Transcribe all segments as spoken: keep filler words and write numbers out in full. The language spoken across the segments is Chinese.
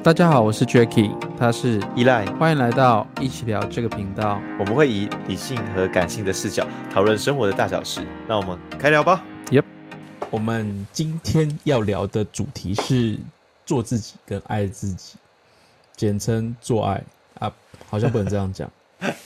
大家好，我是 Jacky， 他是依赖， 欢迎来到一起聊这个频道。 我们会以理性和感性的视角讨论生活的大小事，那我们开聊吧。 Yep， 我们今天要聊的主题是做自己跟爱自己，简称做爱啊，好像不能这样讲。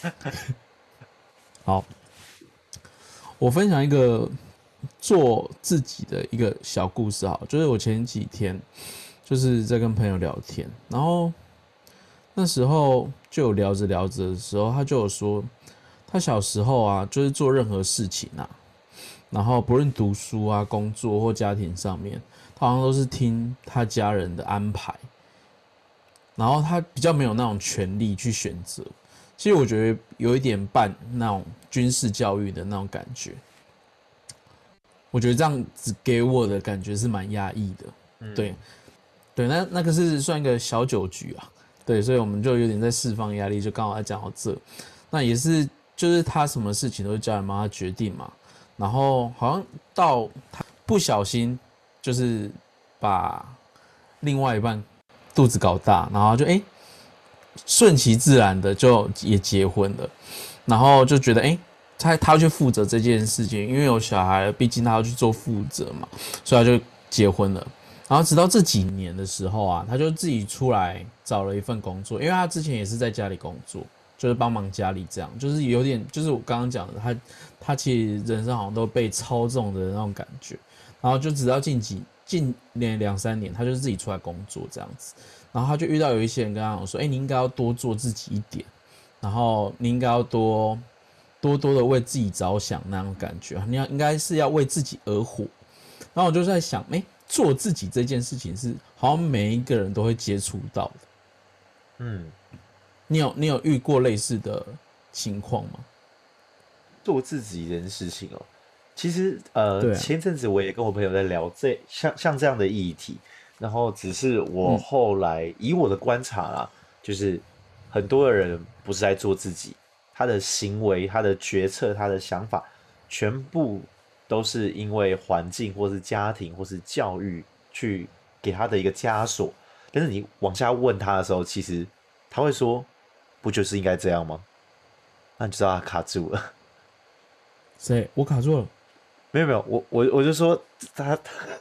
好，我分享一个做自己的一个小故事，好，就是我前几天就是在跟朋友聊天，然后那时候就有聊着聊着的时候，他就有说，他小时候啊，就是做任何事情啊，然后不论读书啊、工作或家庭上面，他好像都是听他家人的安排，然后他比较没有那种权利去选择。其实我觉得有一点半那种军事教育的那种感觉，我觉得这样子给我的感觉是蛮压抑的。嗯、对，对，那那个是算一个小酒局啊。对，所以我们就有点在释放压力，就刚好在讲到这。那也是，就是他什么事情都是家人帮他决定嘛。然后好像到他不小心，就是把另外一半肚子搞大，然后就哎顺其自然的就也结婚了。然后就觉得哎，他他要去负责这件事情，因为有小孩，毕竟他要去做负责嘛，所以他就结婚了。然后直到这几年的时候啊，他就自己出来找了一份工作，因为他之前也是在家里工作，就是帮忙家里这样，就是有点，就是我刚刚讲的，他他其实人生好像都被操纵的那种感觉。然后就直到近几近年两三年，他就自己出来工作这样子。然后他就遇到有一些人跟他讲说：“哎，你应该要多做自己一点，然后你应该要多多多的为自己着想那种感觉，你要应该是要为自己而活。”然后我就在想，哎。做自己这件事情是好像每一个人都会接触到的。嗯，你有你有遇过类似的情况吗？ 做自己这件事情哦，其实呃，啊、前阵子我也跟我朋友在聊这像像这样的议题，然后只是我后来、嗯、以我的观察啦，就是很多的人不是在做自己，他的行为、他的决策、他的想法，全部。都是因为环境或是家庭或是教育去给他的一个枷锁，但是你往下问他的时候，其实他会说：“不就是应该这样吗？”那你就知道他卡住了。 谁？我卡住了？ 没有没有，我我我就说他，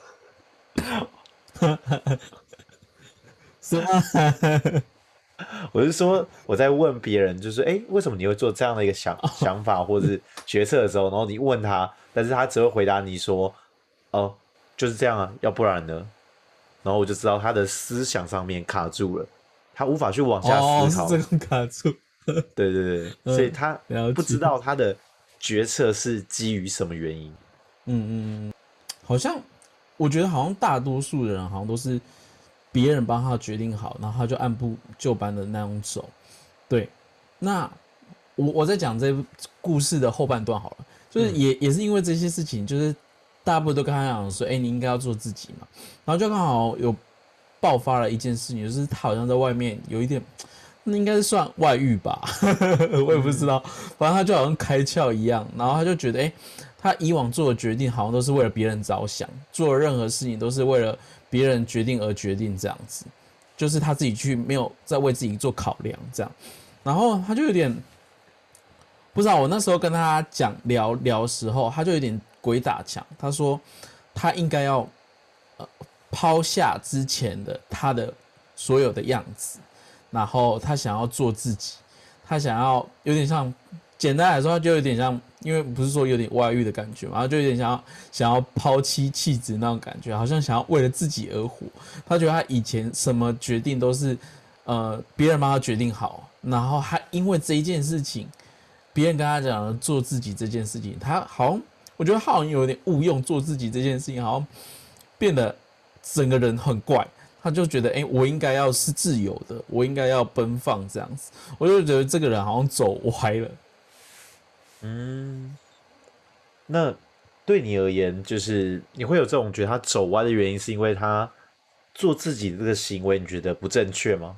是吗？ 我是说我在问别人，就是哎，为什么你会做这样的一个想想法或者是决策的时候，然后你问他。但是他只会回答你说：“哦，就是这样啊，要不然呢？”然后我就知道他的思想上面卡住了，他无法去往下思考。 哦，是这个卡住。 对对对， 嗯、 所以他不知道他的决策是基于什么原因。 嗯嗯，好像我觉得好像大多数的人好像都是别人帮他决定好，然后他就按部就班的那样走。对，那我我在讲这故事的后半段好了。就是也、嗯、也是因为这些事情，就是大部分都跟他讲说，哎、欸，你应该要做自己嘛。然后就刚好有爆发了一件事情，就是他好像在外面有一点，那应该是算外遇吧，我也不知道。反正他就好像开窍一样，然后他就觉得，哎、欸，他以往做的决定好像都是为了别人着想，做任何事情都是为了别人决定而决定这样子，就是他自己去没有在为自己做考量这样，然后他就有点。不知道我那时候跟他讲聊聊的时候，他就有点鬼打墙。他说他应该要呃抛下之前的他的所有的样子，然后他想要做自己，他想要有点像，简单来说，他就有点像，因为不是说有点外遇的感觉嘛，他就有点想要想要抛妻弃子那种感觉，好像想要为了自己而活。他觉得他以前什么决定都是呃别人帮他决定好，然后他因为这一件事情。别人跟他讲做自己这件事情，他好像我觉得他好像有点误用做自己这件事情，好像变得整个人很怪。他就觉得，哎、欸，我应该要是自由的，我应该要奔放这样子。我就觉得这个人好像走歪了。 嗯，那对你而言，就是你会有这种觉得他走歪的原因，是因为他做自己的这个行为，你觉得不正确吗？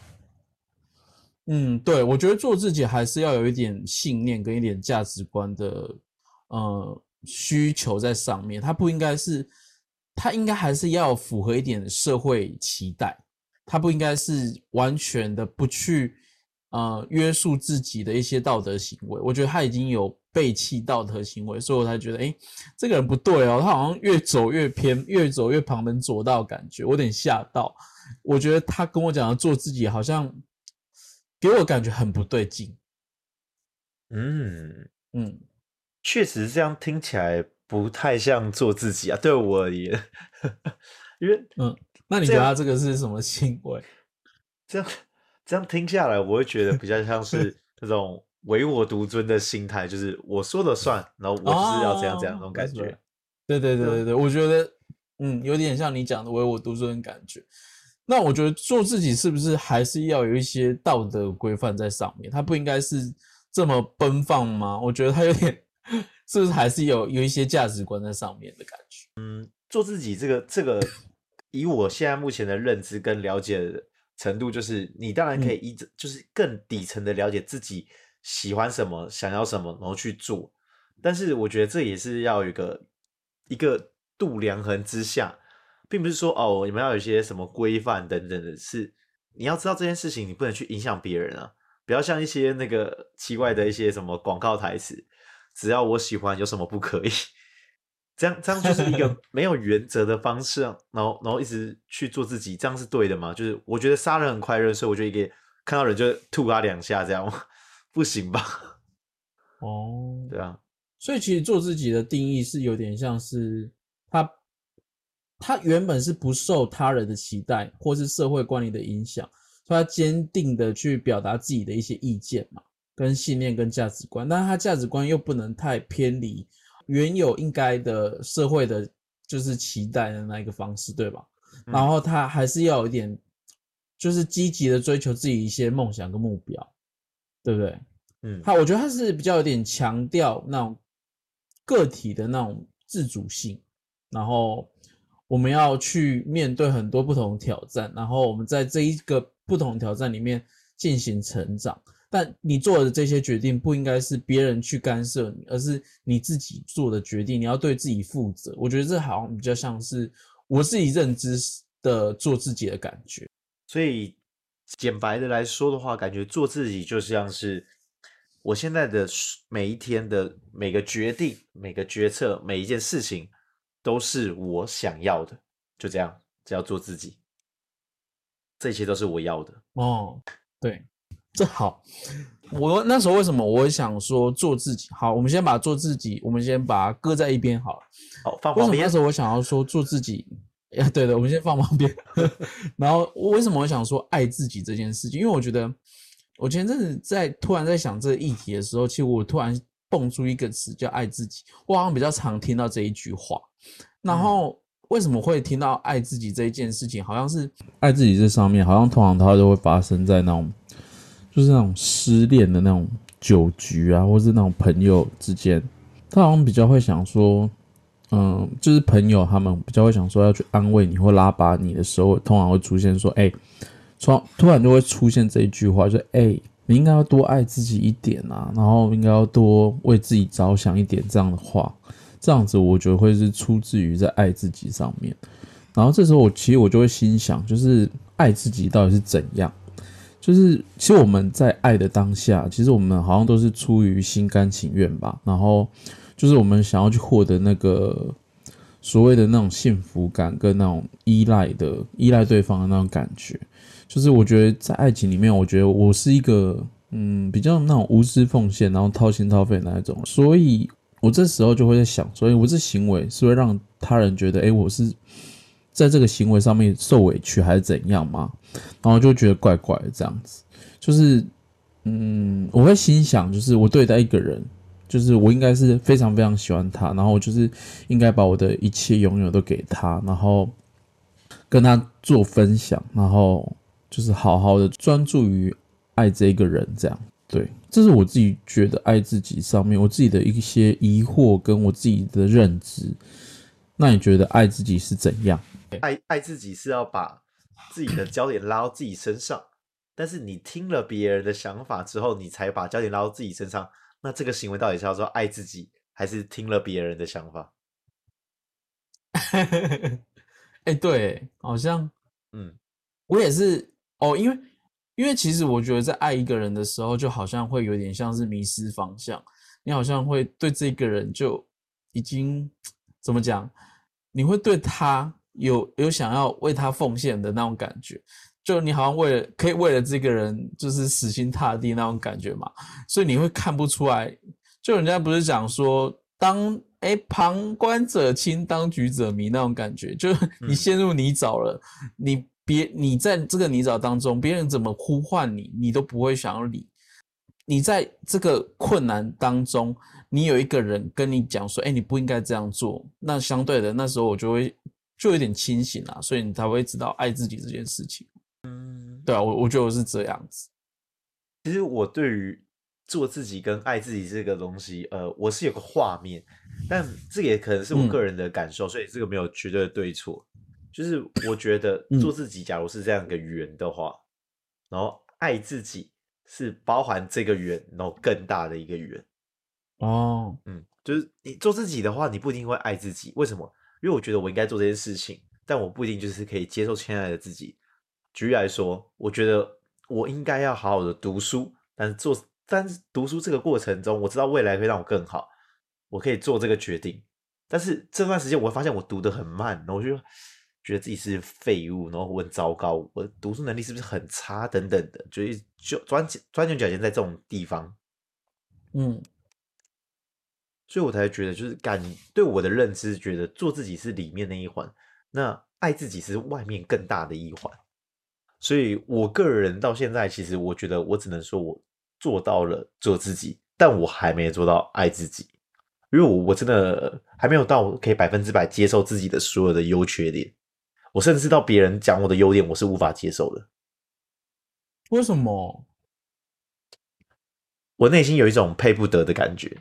嗯，对，我觉得做自己还是要有一点信念跟一点价值观的呃需求在上面，它不应该是，它应该还是要符合一点社会期待。 他不应该是完全的不去呃约束自己的一些道德行为。我觉得他已经有背弃道德行为，所以我才觉得，诶，这个人不对哦，他好像越走越偏，越走越旁门左道，感觉我有点吓到。我觉得他跟我讲的做自己，好像给我感觉很不对劲。 嗯嗯， 确实这样听起来不太像做自己啊，对我而言，因为嗯，那你觉得他这个是什么行为？ 这样这样听下来，我会觉得比较像是那种唯我独尊的心态，就是我说了算，然后我就是要怎样怎样那种感觉。 对对对对对，我觉得嗯，有点像你讲的唯我独尊的感觉。那我觉得做自己是不是还是要有一些道德规范在上面？他不应该是这么奔放吗？我觉得他有点，是不是还是有有一些价值观在上面的感觉？ 嗯，做自己这个这个，以我现在目前的认知跟了解的程度，就是你当然可以依、嗯、就是更底层的了解自己喜欢什么、想要什么，然后去做。但是我觉得这也是要有一个一个度量衡之下，并不是说哦，你们要有一些什么规范等等的，是你要知道这件事情，你不能去影响别人啊，不要像一些那个奇怪的一些什么广告台词，只要我喜欢，有什么不可以？这样这样就是一个没有原则的方式，然后然后一直去做自己，这样是对的吗？就是我觉得杀人很快乐，所以我就一个看到人就吐他两下，这样不行吧？ 哦， 对啊， 所以其实做自己的定义是有点像是他他原本是不受他人的期待或是社会观念的影响，所以他坚定的去表达自己的一些意见嘛，跟信念跟价值观，但是他价值观又不能太偏离原有应该的社会的就是期待的那一个方式，对吧？嗯、然后他还是要有一点就是积极的追求自己一些梦想跟目标，对不对？嗯，他我觉得他是比较有点强调那种个体的那种自主性，然后我们要去面对很多不同的挑战，然后我们在这一个不同的挑战里面进行成长。但你做的这些决定不应该是别人去干涉你，而是你自己做的决定，你要对自己负责。我觉得这好像比较像是我自己认知的做自己的感觉。 所以简白的来说的话，感觉做自己就像是我现在的每一天的每个决定、每个决策、每一件事情，都是我想要的，就这样，只要做自己，这一切都是我要的。 哦，对，这好。我那时候为什么我会想说做自己？好，我们先把做自己，我们先把它搁在一边好了。 好，放旁边。 为什么那时候我想要说做自己？哎，对的，我们先放旁边。然后为什么我想说爱自己这件事情？因为我觉得我前阵子在突然在想这个议题的时候，其实我突然蹦出一个词叫爱自己。我好像比较常听到这一句话。然后为什么会听到爱自己这一件事情？好像是爱自己这上面，好像通常它都会发生在那种。就是那种失恋的那种酒局啊，或是那种朋友之间，他好像比较会想说，嗯，就是朋友他们比较会想说要去安慰你或拉拔你的时候，通常会出现说，哎、欸，突然就会出现这一句话，就哎、欸，你应该要多爱自己一点啊，然后应该要多为自己着想一点这样的话，这样子我觉得会是出自于在爱自己上面。然后这时候我其实我就会心想，就是爱自己到底是怎样？就是其实我们在爱的当下，其实我们好像都是出于心甘情愿吧，然后就是我们想要去获得那个所谓的那种幸福感跟那种依赖的依赖对方的那种感觉。就是我觉得在爱情里面，我觉得我是一个嗯比较那种无私奉献，然后掏心掏肺的那一种，所以我这时候就会在想，所以我这行为是会让他人觉得，哎，我是在这个行为上面受委屈还是怎样吗？然后就觉得怪怪的这样子，就是嗯，我会心想，就是我对待一个人，就是我应该是非常非常喜欢他，然后我就是应该把我的一切拥有都给他，然后跟他做分享，然后就是好好的专注于爱这一个人，这样。对，这是我自己觉得爱自己上面我自己的一些疑惑跟我自己的认知。那你觉得爱自己是怎样？ 爱爱自己是要把自己的焦点拉到自己身上，但是你听了别人的想法之后，你才把焦点拉到自己身上，那这个行为到底是要说爱自己，还是听了别人的想法？ 哎、欸，对，好像， 嗯， 我也是哦，因为因为其实我觉得在爱一个人的时候，就好像会有点像是迷失方向，你好像会对这个人就已经怎么讲，你会对他有有想要为他奉献的那种感觉，就你好像为了可以为了这个人就是死心塌地那种感觉嘛，所以你会看不出来，就人家不是讲说当哎旁观者清，当局者迷那种感觉，就是你陷入泥沼了，嗯、你别你在这个泥沼当中，别人怎么呼唤你，你都不会想要理。你在这个困难当中，你有一个人跟你讲说，哎，你不应该这样做，那相对的，那时候我就会就有点清醒啦，所以你才会知道爱自己这件事情。嗯，对啊，我我觉得我是这样子。 其实我对于做自己跟爱自己这个东西，呃，我是有个画面，但这也可能是我个人的感受，嗯、所以这个没有绝对的对错。就是我觉得做自己，假如是这样一个圆的话，然后爱自己是包含这个圆，然后更大的一个圆。 哦， 嗯，就是你做自己的话，你不一定会爱自己。为什么？因为我觉得我应该做这件事情，但我不一定就是可以接受现在的自己。举例来说，我觉得我应该要好好的读书，但是做，但是读书这个过程中，我知道未来会让我更好，我可以做这个决定。但是这段时间，我会发现我读得很慢，然后我就觉得自己是废物，然后我很糟糕，我读书能力是不是很差等等的，就就钻钻牛角尖在这种地方。嗯。所以我才觉得，就是感对我的认知，觉得做自己是里面那一环，那爱自己是外面更大的一环。所以我个人到现在，其实我觉得我只能说我做到了做自己，但我还没做到爱自己，因为我我真的还没有到可以百分之百接受自己的所有的优缺点，我甚至到别人讲我的优点，我是无法接受的。 为什么？ 我内心有一种配不得的感觉。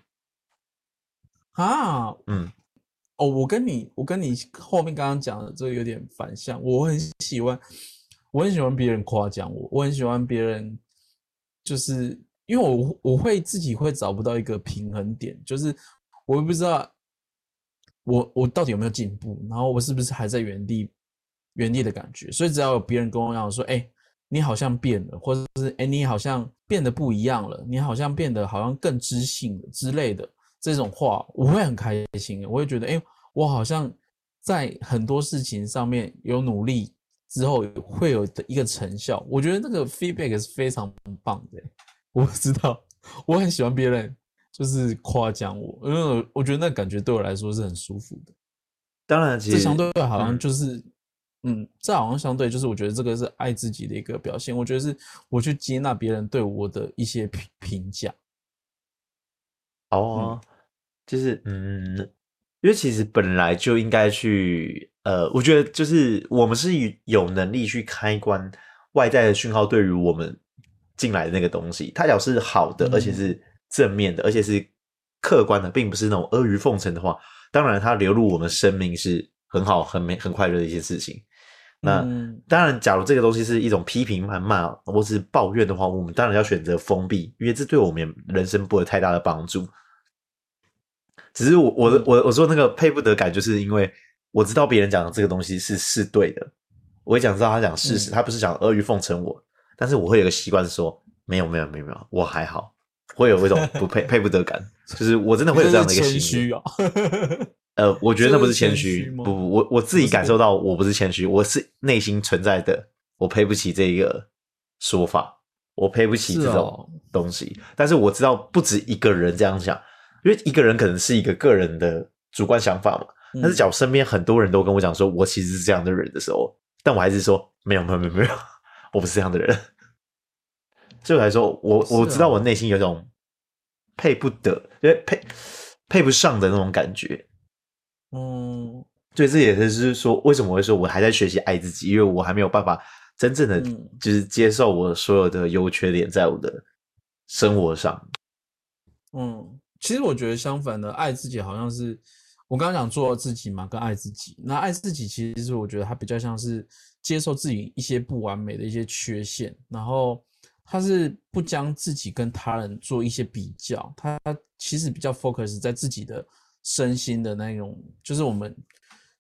啊，嗯，哦，我跟你，我跟你后面刚刚讲的这个有点反向。我很喜欢，我很喜欢别人夸奖我，我很喜欢别人，就是因为我我会自己会找不到一个平衡点，就是我不知道我我到底有没有进步，然后我是不是还在原地原地的感觉。所以只要有别人跟我讲说，哎，你好像变了，或者是哎，你好像变得不一样了，你好像变得好像更知性了之类的。这种话我会很开心，我会觉得，哎，我好像在很多事情上面有努力之后会有一个成效。我觉得那个 feedback 是非常棒的。我知道，我很喜欢别人就是夸奖我，因为我觉得那感觉对我来说是很舒服的。 当然，其实这相对好像就是，嗯, 嗯，这好像相对就是我觉得这个是爱自己的一个表现。我觉得是我去接纳别人对我的一些评评价。 哦。嗯就是嗯，因为其实本来就应该去呃，我觉得就是我们是有能力去开关外在的讯号，对于我们进来的那个东西，它只要是好的，而且是正面的，而且是客观的，并不是那种阿谀奉承的话，当然它流入我们生命是很好、很美、很快乐的一些事情。那、嗯、当然，假如这个东西是一种批评、谩骂或是抱怨的话，我们当然要选择封闭，因为这对我们人生不会有太大的帮助。只是我我我我说那个配不得感，就是因为我知道别人讲的这个东西是是对的，我会讲知道他讲事实，嗯、他不是讲阿谀奉承我，但是我会有个习惯说没有没有没有没有，我还好，会有一种不配配不得感，就是我真的会有这样的一个心理。哦、呃，我觉得那不是谦虚，不不，我我自己感受到我不是谦虚，我是内心存在的，我配不起这个说法，我配不起这种东西，哦、但是我知道不止一个人这样想。因为一个人可能是一个个人的主观想法嘛，嗯、但是假如身边很多人都跟我讲说我其实是这样的人的时候，但我还是说没有没有没有没有，我不是这样的人。对我来说，我我知道我内心有种配不得，因为配配不上的那种感觉。嗯，所以这也是说为什么我会说我还在学习爱自己，因为我还没有办法真正的就是接受我所有的优缺点在我的生活上。 嗯。其实我觉得相反的，爱自己好像是我刚刚讲做自己嘛，跟爱自己。那爱自己其实我觉得它比较像是接受自己一些不完美的一些缺陷，然后它是不将自己跟他人做一些比较，它其实比较 focus 在自己的身心的那种，就是我们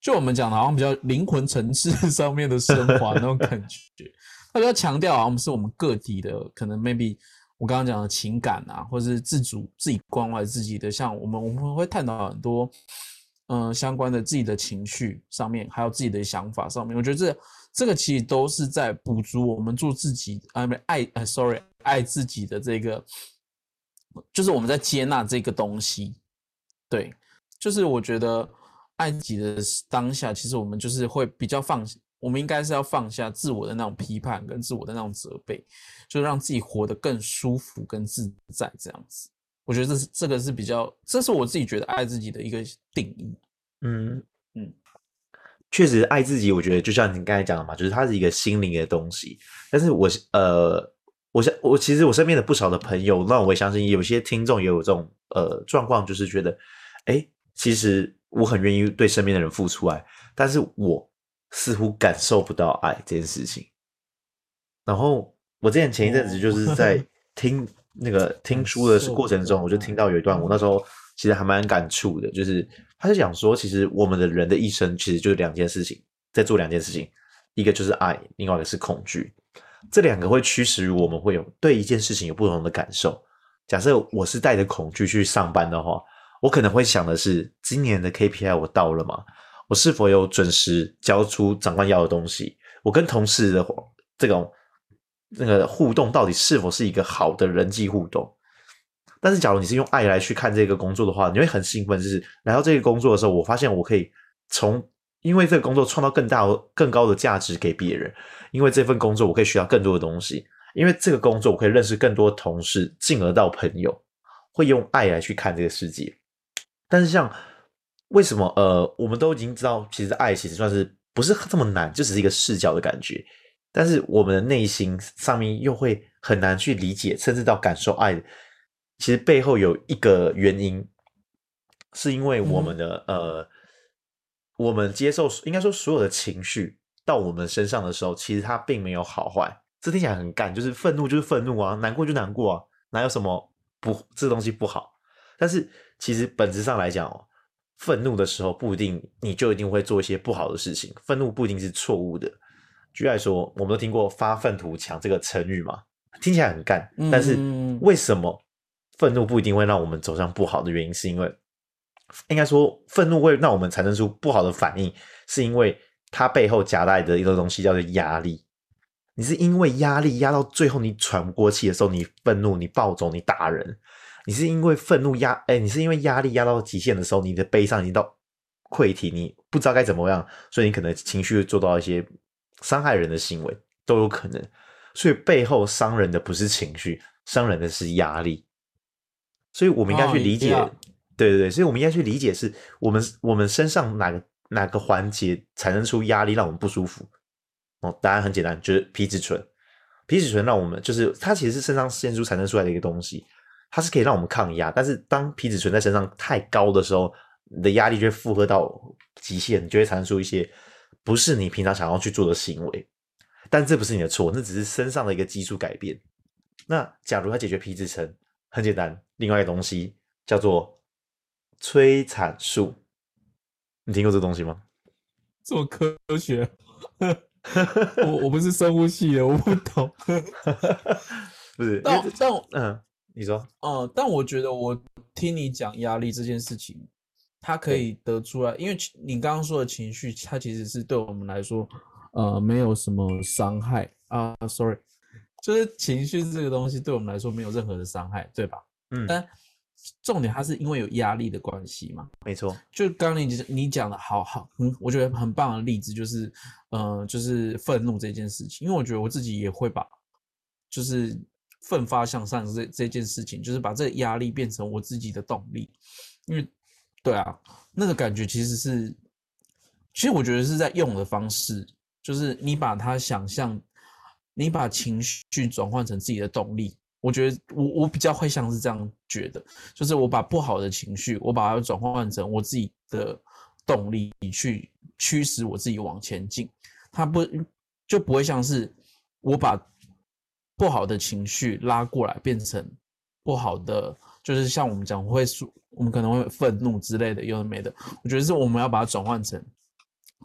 就我们讲的好像比较灵魂层次上面的升华那种感觉。他比较强调好像是我们个体的，可能 maybe 我刚刚讲的情感啊，或是自主自己关怀自己的，像我们我们会探讨很多嗯、呃、相关的自己的情绪上面，还有自己的想法上面。我觉得这这个其实都是在补足我们做自己啊爱呃 sorry 爱自己的这个，就是我们在接纳这个东西。对，就是我觉得爱自己的当下，其实我们就是会比较放，我们应该是要放下自我的那种批判跟自我的那种责备，就让自己活得更舒服跟自在这样子。我觉得这是这个是比较，这是我自己觉得爱自己的一个定义。 嗯嗯，确实爱自己，我觉得就像你刚才讲的嘛，就是它是一个心灵的东西。但是我呃，我我其实我身边的不少的朋友，那我也相信有些听众也有这种呃状况，就是觉得，哎，其实我很愿意对身边的人付出爱，但是我似乎感受不到爱这件事情。然后我之前前一阵子就是在听那个听书的过程中，我就听到有一段，我那时候其实还蛮感触的，就是他就讲说，其实我们的人的一生其实就是两件事情，在做两件事情，一个就是爱，另外一个是恐惧。这两个会驱使于我们会有对一件事情有不同的感受。假设我是带着恐惧去上班的话，我可能会想的是，今年的 K P I 我到了吗？我是否有准时交出长官要的东西？我跟同事的这种那个互动到底是否是一个好的人际互动？但是假如你是用爱来去看这个工作的话，你会很兴奋，就是来到这个工作的时候，我发现我可以从因为这个工作创造更大更高的价值给别人，因为这份工作我可以学到更多的东西，因为这个工作我可以认识更多的同事，进而到朋友，会用爱来去看这个世界。但是像为什么呃，我们都已经知道，其实爱其实算是不是这么难，就只是一个视角的感觉，但是我们的内心上面又会很难去理解，甚至到感受爱的。其实背后有一个原因，是因为我们的、嗯、呃，我们接受应该说所有的情绪到我们身上的时候，其实它并没有好坏。这听起来很干，就是愤怒就是愤怒啊，难过就难过啊，哪有什么不这东西不好？但是其实本质上来讲哦，愤怒的时候不一定你就一定会做一些不好的事情，愤怒不一定是错误的。举例来说，我们都听过发愤图强这个成语嘛，听起来很干，但是为什么愤怒不一定会让我们走向不好的原因，是因为应该说愤怒会让我们产生出不好的反应，是因为它背后夹带的一个东西叫做压力。你是因为压力压到最后你喘不过气的时候，你愤怒，你暴走，你打人。你是因为愤怒压，哎，你是因为压力压到极限的时候，你的悲伤已经到溃体，你不知道该怎么样，所以你可能情绪会做到一些伤害人的行为，都有可能。所以背后伤人的不是情绪，伤人的是压力。所以我们应该去理解，哦、对对对，所以我们应该去理解是我们我们身上哪个哪个环节产生出压力让我们不舒服。哦，答案很简单，就是皮质醇。皮质醇让我们就是它其实是肾上腺素产生出来的一个东西。它是可以让我们抗压，但是当皮质醇在身上太高的时候，你的压力就会负荷到极限，你就会产生出一些不是你平常想要去做的行为。但这不是你的错，那只是身上的一个激素改变。那假如要解决皮质醇，很简单，另外一个东西叫做催产素。你听过这东西吗？ 这么科学？我我不是生物系的，我不懂。 不是， 但但嗯。你说， 呃，但我觉得我听你讲压力这件事情，它可以得出来，因为你刚刚说的情绪，它其实是对我们来说，呃，没有什么伤害啊、呃、，sorry， 就是情绪这个东西对我们来说没有任何的伤害，对吧？嗯，但重点它是因为有压力的关系嘛， 没错。 就刚刚你你讲的好好，嗯，我觉得很棒的例子就是，呃，就是愤怒这件事情，因为我觉得我自己也会把，就是。奋发向上这这件事情，就是把这个压力变成我自己的动力，因为，对啊，那个感觉其实是，其实我觉得是在用的方式，就是你把它想象，你把情绪转换成自己的动力。我觉得我我比较会像是这样觉得，就是我把不好的情绪，我把它转换成我自己的动力，去驱使我自己往前进。它不就不会像是我把不好的情绪拉过来变成不好的，就是像我们讲会我们可能会愤怒之类的有的没的，我觉得是我们要把它转换成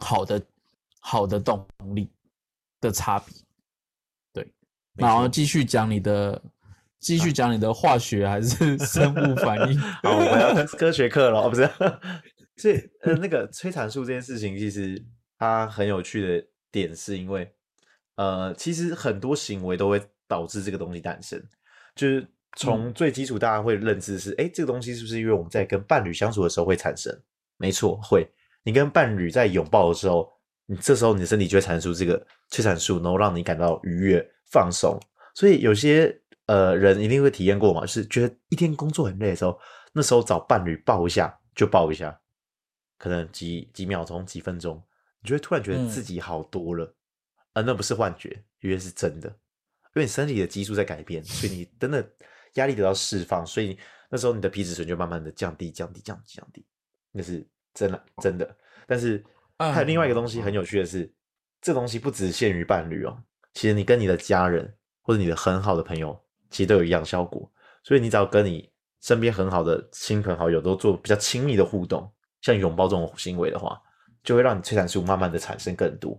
好的好的动力的差别。对，然后继续讲你的。继续讲你的化学还是生物反应？ 好，我们要科学课了，不是？所以呃，那个催产素这件事情，其实它很有趣的点，是因为呃，其实很多行为都会导致这个东西诞生。就是从最基础，大家会认知是，哎、嗯，这个东西是不是因为我们在跟伴侣相处的时候会产生？没错，会。你跟伴侣在拥抱的时候，你这时候你的身体就会产生出这个催产素，然后让你感到愉悦、放松。所以有些呃人一定会体验过嘛，就是觉得一天工作很累的时候，那时候找伴侣抱一下就抱一下，可能几几秒钟、几分钟，你就会突然觉得自己好多了，而、嗯呃、那不是幻觉，因为是真的，因为你身体的激素在改变，所以你真的压力得到释放，所以那时候你的皮质醇就慢慢的降低、降低、降低、降低，那是真的真的。但是还有另外一个东西很有趣的是，嗯、这东西不只限于伴侣哦，其实你跟你的家人或者你的很好的朋友，其实都有一样效果。所以你只要跟你身边很好的亲朋好友都做比较亲密的互动，像拥抱这种行为的话，就会让你催产素慢慢的产生更多。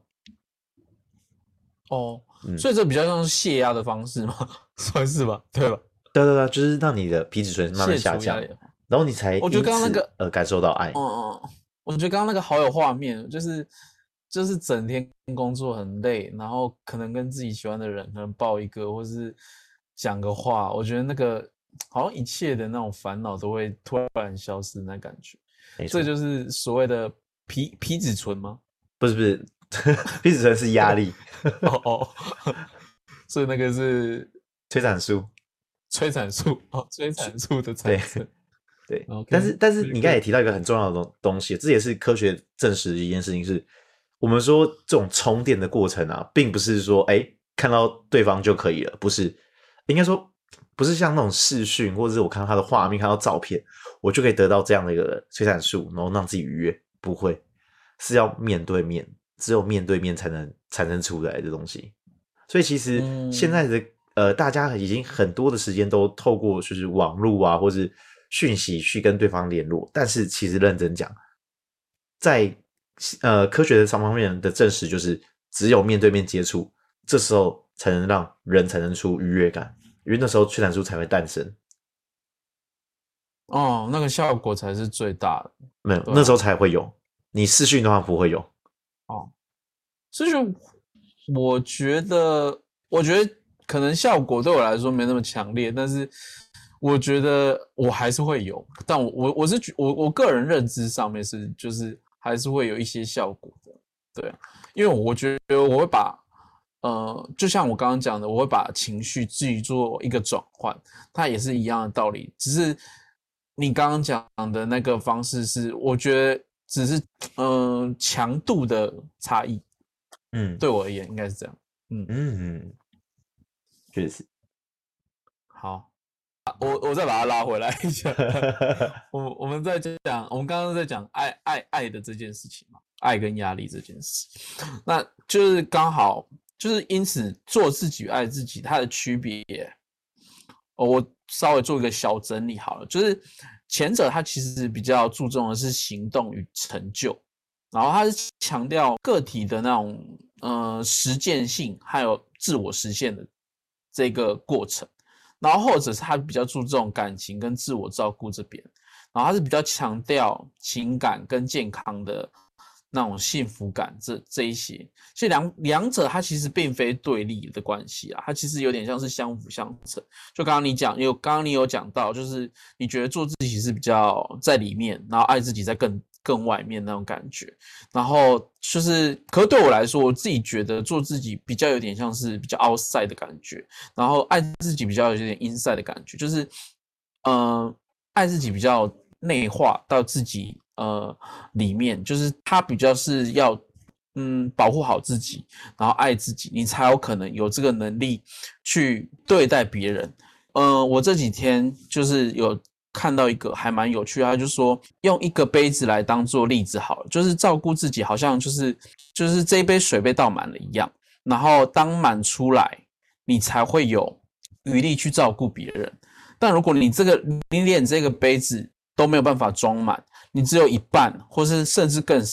哦，嗯、所以这比较像是泄压的方式吗？算是吧，对吧？ 对对对，就是让你的皮质醇慢慢下降，然后你才我觉得刚刚那个呃感受到爱。 嗯嗯，我觉得刚刚那个好有画面，就是就是整天工作很累，然后可能跟自己喜欢的人可能抱一个，或是讲个话，我觉得那个好像一切的那种烦恼都会突然消失那感觉。这就是所谓的皮皮质醇吗？ 不是不是，皮质醇是压力。 哦哦，所以那个是催产素。 催产素哦，催产素的产生。 对，对 okay, 但是但是你刚才也提到一个很重要的东西，这也是科学证实的一件事情，是我们说这种充电的过程啊，并不是说哎看到对方就可以了，不是，应该说不是像那种视讯或者是我看到他的画面、看到照片，我就可以得到这样的一个催产素，然后让自己愉悦，不会，是要面对面，只有面对面才能产生出来的东西。所以其实现在的、嗯呃，大家已经很多的时间都透过就是网络啊，或是讯息去跟对方联络，但是其实认真讲，在呃科学的上方面的证实，就是只有面对面接触，这时候才能让人产生出愉悦感，因为那时候催产素才会诞生。 哦，那个效果才是最大的。 没有，啊、那时候才会有，你视讯的话不会有。 哦，视讯，我觉得，我觉得。可能效果对我来说没那么强烈，但是我觉得我还是会有。但我我我是我我个人认知上面是就是还是会有一些效果的，对啊，因为我觉得我会把呃，就像我刚刚讲的，我会把情绪自己做一个转换，它也是一样的道理。只是你刚刚讲的那个方式是，我觉得只是嗯、呃、强度的差异，嗯，对我而言应该是这样，嗯嗯。确实， 好，我我再把它拉回来一下。我我们在讲，我们刚刚在讲爱爱爱的这件事情嘛，爱跟压力这件事，那就是刚好就是因此做自己爱自己它的区别，哦，我稍微做一个小整理好了，就是前者它其实比较注重的是行动与成就，然后它是强调个体的那种呃实践性，还有自我实现的这个过程，然后或者是他比较注重感情跟自我照顾这边，然后他是比较强调情感跟健康的那种幸福感这这一些，所以两两者它其实并非对立的关系啊，它其实有点像是相辅相成。就刚刚你讲，有刚刚你有讲到，就是你觉得做自己是比较在里面，然后爱自己在更。更外面那种感觉，然后就是，可是对我来说，我自己觉得做自己比较有点像是比较 outside 的感觉，然后爱自己比较有点 inside 的感觉，就是，呃，爱自己比较内化到自己呃里面，就是他比较是要嗯保护好自己，然后爱自己，你才有可能有这个能力去对待别人。嗯、呃，我这几天就是有。看到一个还蛮有趣的，他就说用一个杯子来当做例子好了，就是照顾自己好像就是就是这一杯水被倒满了一样，然后当满出来你才会有余力去照顾别人，但如果你这个你连这个杯子都没有办法装满，你只有一半或是甚至更少，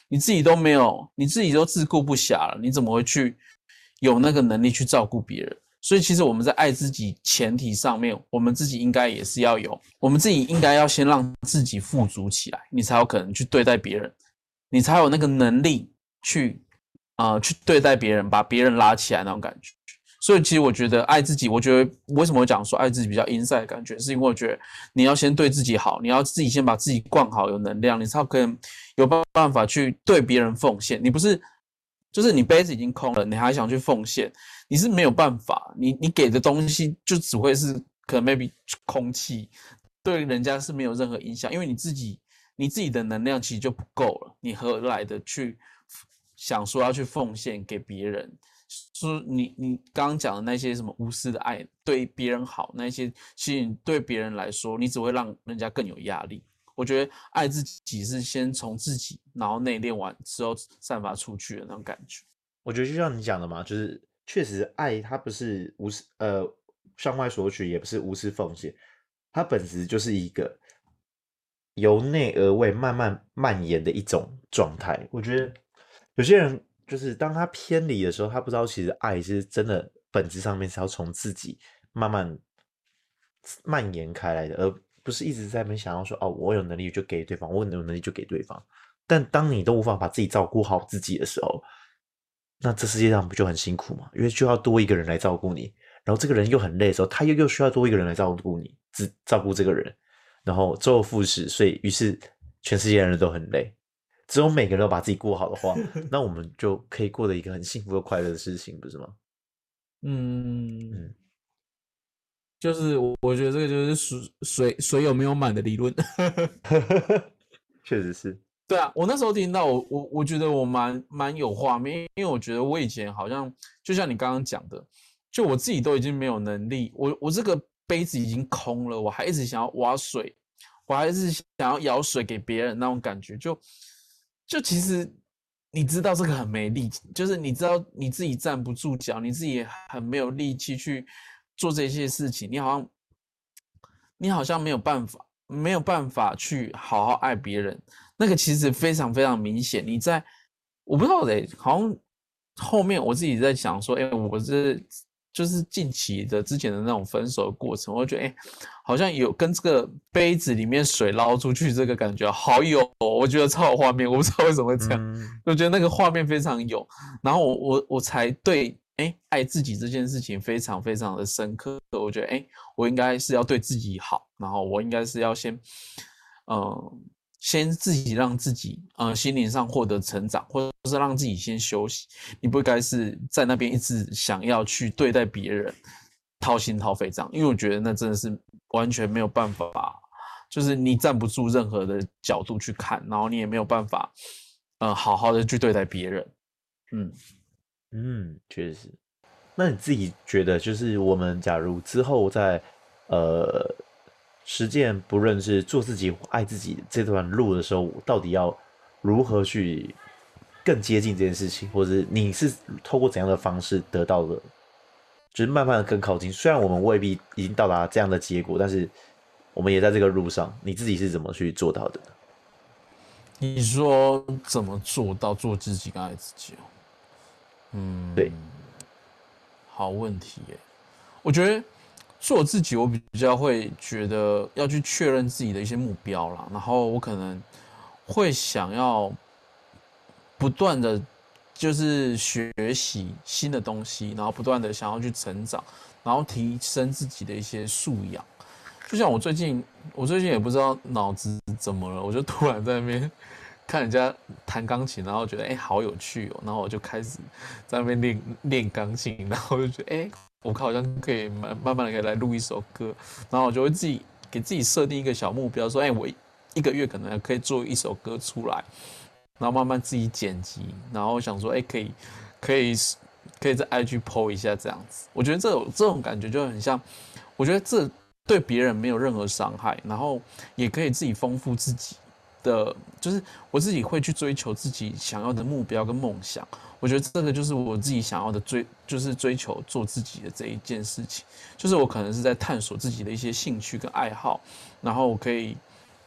你自己都没有，你自己都自顾不暇了，你怎么会去有那个能力去照顾别人？所以其实我们在爱自己前提上面，我们自己应该也是要有，我们自己应该要先让自己富足起来，你才有可能去对待别人，你才有那个能力去呃去对待别人，把别人拉起来那种感觉。所以其实我觉得爱自己，我觉得为什么会讲说爱自己比较 inside 的感觉，是因为我觉得你要先对自己好，你要自己先把自己灌好，有能量，你才可能有办法去对别人奉献。你不是就是你杯子已经空了，你还想去奉献，你是没有办法，你你给的东西就只会是可能 maybe 空气，对人家是没有任何影响，因为你自己你自己的能量其实就不够了，你何来的去想说要去奉献给别人？说你你刚刚讲的那些什么无私的爱，对别人好那些，其实对别人来说，你只会让人家更有压力。我觉得爱自己是先从自己，然后内炼完之后散发出去的那种感觉。 我觉得就像你讲的嘛，就是确实爱它不是无私呃向外索取，也不是无私奉献，它本质就是一个由内而外慢慢蔓延的一种状态。我觉得有些人就是当他偏离的时候，他不知道其实爱是真的本质上面是要从自己慢慢蔓延开来的，而不是一直在那边想要说哦，我有能力就给对方，我有能力就给对方。但当你都无法把自己照顾好自己的时候，那这世界上不就很辛苦吗？因为就要多一个人来照顾你，然后这个人又很累的时候，他又又需要多一个人来照顾你，只照顾这个人，然后周而复始，所以于是全世界的人都很累。只有每个人都把自己过好的话，那我们就可以过得一个很幸福又快乐的事情，不是吗？ 嗯嗯，就是我觉得这个就是水水水有没有满的理论。 确实是。 对啊，我那时候听到我我我觉得我蛮蛮有画面，因为我觉得我以前好像就像你刚刚讲的，就我自己都已经没有能力，我我这个杯子已经空了，我还一直想要挖水，我还是想要舀水给别人那种感觉，就就其实你知道这个很没力气，就是你知道你自己站不住脚，你自己也很没有力气去做这些事情，你好像你好像没有办法没有办法去好好爱别人。那个其实非常非常明显，你在我不知道的，好像后面我自己在想说，哎、欸，我这就是近期的之前的那种分手的过程，我觉得哎、欸，好像有跟这个杯子里面水捞出去这个感觉好有、哦，我觉得超有画面，我不知道为什么会这样，嗯、我觉得那个画面非常有，然后我我我才对哎、欸、爱自己这件事情非常非常的深刻，我觉得哎、欸，我应该是要对自己好，然后我应该是要先嗯。呃先自己让自己呃心灵上获得成长，或者是让自己先休息。你不应该是在那边一直想要去对待别人，掏心掏肺这样，因为我觉得那真的是完全没有办法，就是你站不住任何的角度去看，然后你也没有办法呃好好的去对待别人。嗯嗯，确实。那你自己觉得，就是我们假如之后在呃。实践不论是做自己、爱自己这段路的时候，到底要如何去更接近这件事情，或者你是透过怎样的方式得到的，就是慢慢的更靠近。虽然我们未必已经到达这样的结果，但是我们也在这个路上。你自己是怎么去做到的？ 你说怎么做到做自己跟爱自己？嗯， 对， 好问题耶。我觉得。做自己，我比较会觉得要去确认自己的一些目标啦，然后我可能会想要不断的就是学习新的东西，然后不断的想要去成长，然后提升自己的一些素养。就像我最近，我最近也不知道脑子怎么了，我就突然在那边看人家弹钢琴，然后觉得哎、欸、好有趣哦，然后我就开始在那边练练钢琴，然后就觉得哎。欸我好像可以慢慢慢的可以来录一首歌，然后我就会自己给自己设定一个小目标，说，哎、欸，我一个月可能可以做一首歌出来，然后慢慢自己剪辑，然后想说，哎、欸，可以，可以，可以在 I G po 一下这样子。我觉得这种这种感觉就很像，我觉得这对别人没有任何伤害，然后也可以自己丰富自己的，就是我自己会去追求自己想要的目标跟梦想。我觉得这个就是我自己想要的追，就是追求做自己的这一件事情。就是我可能是在探索自己的一些兴趣跟爱好，然后我可以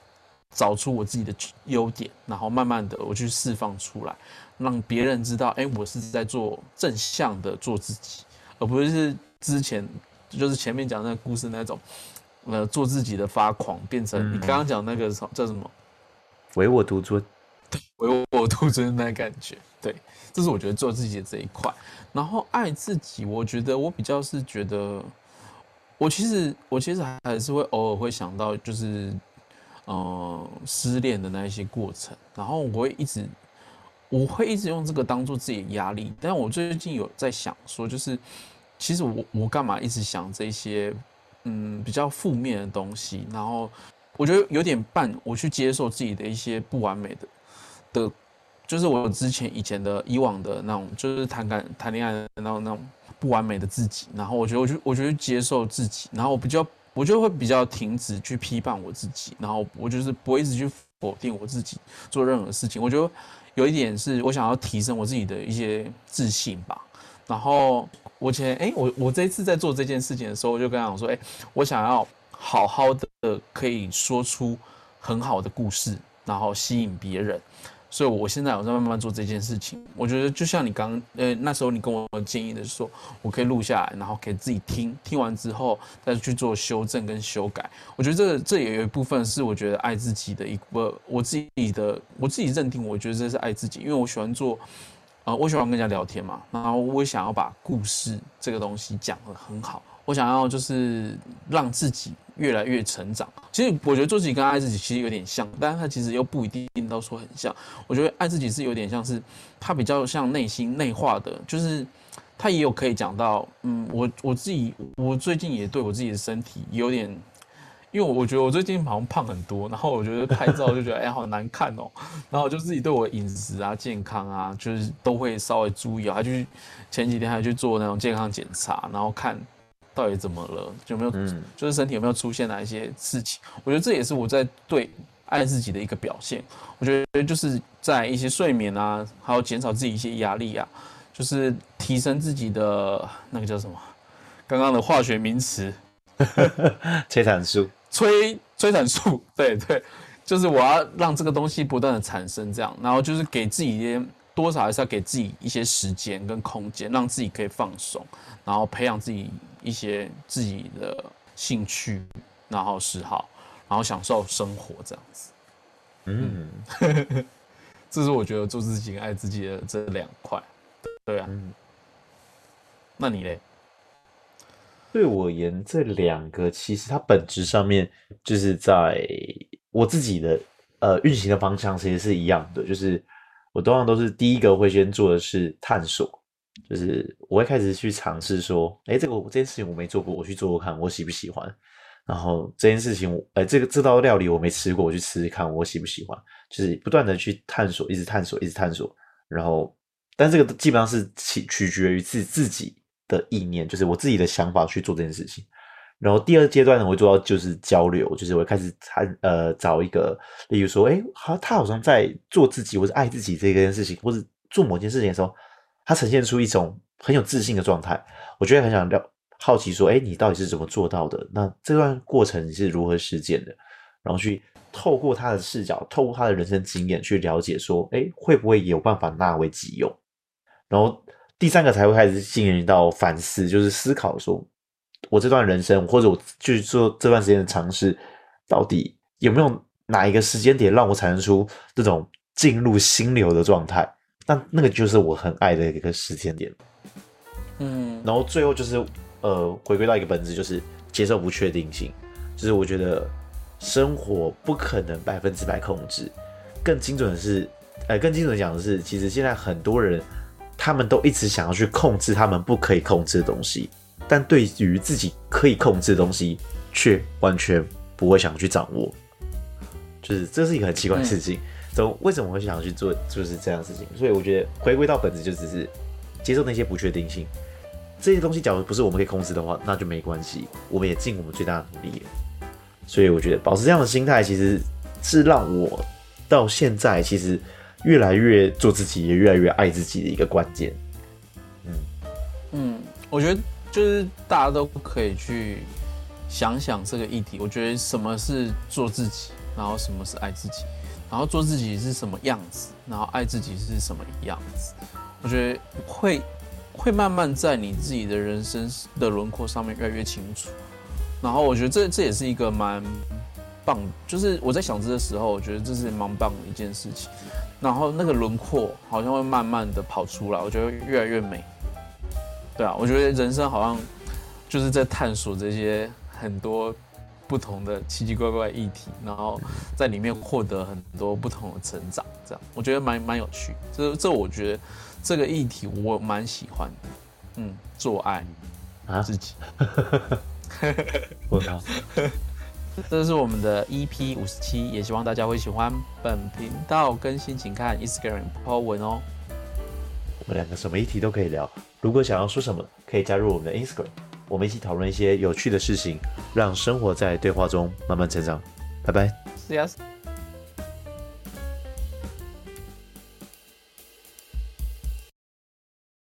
找出我自己的优点，然后慢慢的我去释放出来，让别人知道，哎、欸，我是在做正向的做自己，而不是之前就是前面讲那个故事那种，呃，做自己的发狂，变成你刚刚讲那个叫什么唯我独尊， 唯我独尊那感觉，对，这是我觉得做自己的这一块。然后爱自己，我觉得我比较是觉得，我其实我其实还是会偶尔会想到，就是呃失恋的那一些过程，然后我会一直我会一直用这个当做自己的压力。但我最近有在想说，就是其实我我干嘛一直想这些嗯比较负面的东西，然后我觉得有点半我去接受自己的一些不完美的的。就是我之前以前的以往的那种，就是谈感谈恋爱的那种那种不完美的自己，然后我觉得我就我觉得接受自己，然后我比较我就会比较停止去批判我自己，然后我就是不会一直去否定我自己做任何事情。我觉得有一点是我想要提升我自己的一些自信吧。然后我前哎我我这一次在做这件事情的时候，我就跟他讲说，哎，我想要好好的可以说出很好的故事，然后吸引别人。所以我现在有在慢慢做这件事情。我觉得就像你刚呃那时候你跟我建议的说，我可以录下来，然后可以自己听，听完之后再去做修正跟修改。我觉得这个这也有一部分是我觉得爱自己的一个我自己的我自己认定，我觉得这是爱自己，因为我喜欢做呃我喜欢跟人家聊天嘛，然后我想要把故事这个东西讲得很好。我想要就是让自己越来越成长。其实我觉得做自己跟爱自己其实有点像，但是它其实又不一定到说很像。我觉得爱自己是有点像是它比较像内心内化的，就是它也有可以讲到，嗯，我我自己我最近也对我自己的身体有点，因为我觉得我最近好像胖很多，然后我觉得拍照就觉得哎、欸、好难看哦，然后我就自己对我的饮食啊健康啊就是都会稍微注意啊，还去前几天还去做那种健康检查，然后看。到底怎么了？有没有、嗯、就是身体有没有出现哪一些事情？我觉得这也是我在对爱自己的一个表现。我觉得就是在一些睡眠啊，还有减少自己一些压力啊，就是提升自己的那个叫什么？刚刚的化学名词， 催产素， 催催产素，对对，就是我要让这个东西不断的产生，这样，然后就是给自己一些多少还是要给自己一些时间跟空间，让自己可以放松，然后培养自己。一些自己的兴趣，然后嗜好，然后享受生活这样子。嗯，这是我觉得做自己跟爱自己的这两块。对啊，嗯、那你嘞？ 对我而言，这两个其实它本质上面就是在我自己的呃运行的方向其实是一样的，就是我通常都是第一个会先做的是探索。就是我会开始去尝试说，哎，这个这件事情我没做过，我去做做看，我喜不喜欢？然后这件事情，哎，这个这道料理我没吃过，我去吃吃看，我喜不喜欢？就是不断的去探索，一直探索，一直探索。然后，但这个基本上是取取决于自自己的意念，就是我自己的想法去做这件事情。然后第二阶段呢，我会做到就是交流，就是我会开始参呃找一个，例如说，哎，他他好像在做自己或者爱自己这件事情，或者做某件事情的时候。他呈现出一种很有自信的状态，我觉得很想了好奇说，哎，你到底是怎么做到的？那这段过程你是如何实践的？然后去透过他的视角，透过他的人生经验去了解说，哎，会不会有办法纳为己用？然后第三个才会开始进入到反思，就是思考说，我这段人生或者我去做这段时间的尝试，到底有没有哪一个时间点让我产生出这种进入心流的状态？那那个就是我很爱的一个时间点，嗯，然后最后就是呃回归到一个本质，就是接受不确定性，就是我觉得生活不可能百分之百控制，更精准的是，呃，更精准的讲的是，其实现在很多人他们都一直想要去控制他们不可以控制的东西，但对于自己可以控制的东西，却完全不会想去掌握，就是这是一个很奇怪的事情。嗯So, 为什么会想去做就是这样的事情？所以我觉得回归到本质就只是接受那些不确定性，这些东西假如不是我们可以控制的话，那就没关系，我们也尽我们最大的努力了。所以我觉得保持这样的心态，其实是让我到现在其实越来越做自己，也越来越爱自己的一个关键。 嗯嗯，我觉得就是大家都可以去想想这个议题。我觉得什么是做自己， 然后什么是爱自己，然后做自己是什么样子，然后爱自己是什么样子。我觉得会会慢慢在你自己的人生的轮廓上面越来越清楚。然后我觉得这这也是一个蛮棒，就是我在想这的时候，我觉得这是蛮棒的一件事情。然后那个轮廓好像会慢慢的跑出来，我觉得越来越美。对啊，我觉得人生好像就是在探索这些很多不同的奇奇怪怪的议题，然后在里面获得很多不同的成长，这样我觉得蛮蛮有趣。这这我觉得这个议题我蛮喜欢的。嗯，做爱啊自己。 我靠。 这是我们的 E P 五十七，也希望大家会喜欢本频道更新，请看 Instagram po 文哦。 我们两个什么议题都可以聊，如果想要说什么，可以加入我们的 Instagram， 我们一起讨论一些有趣的事情，让生活在对话中慢慢成长。拜拜。 See ya.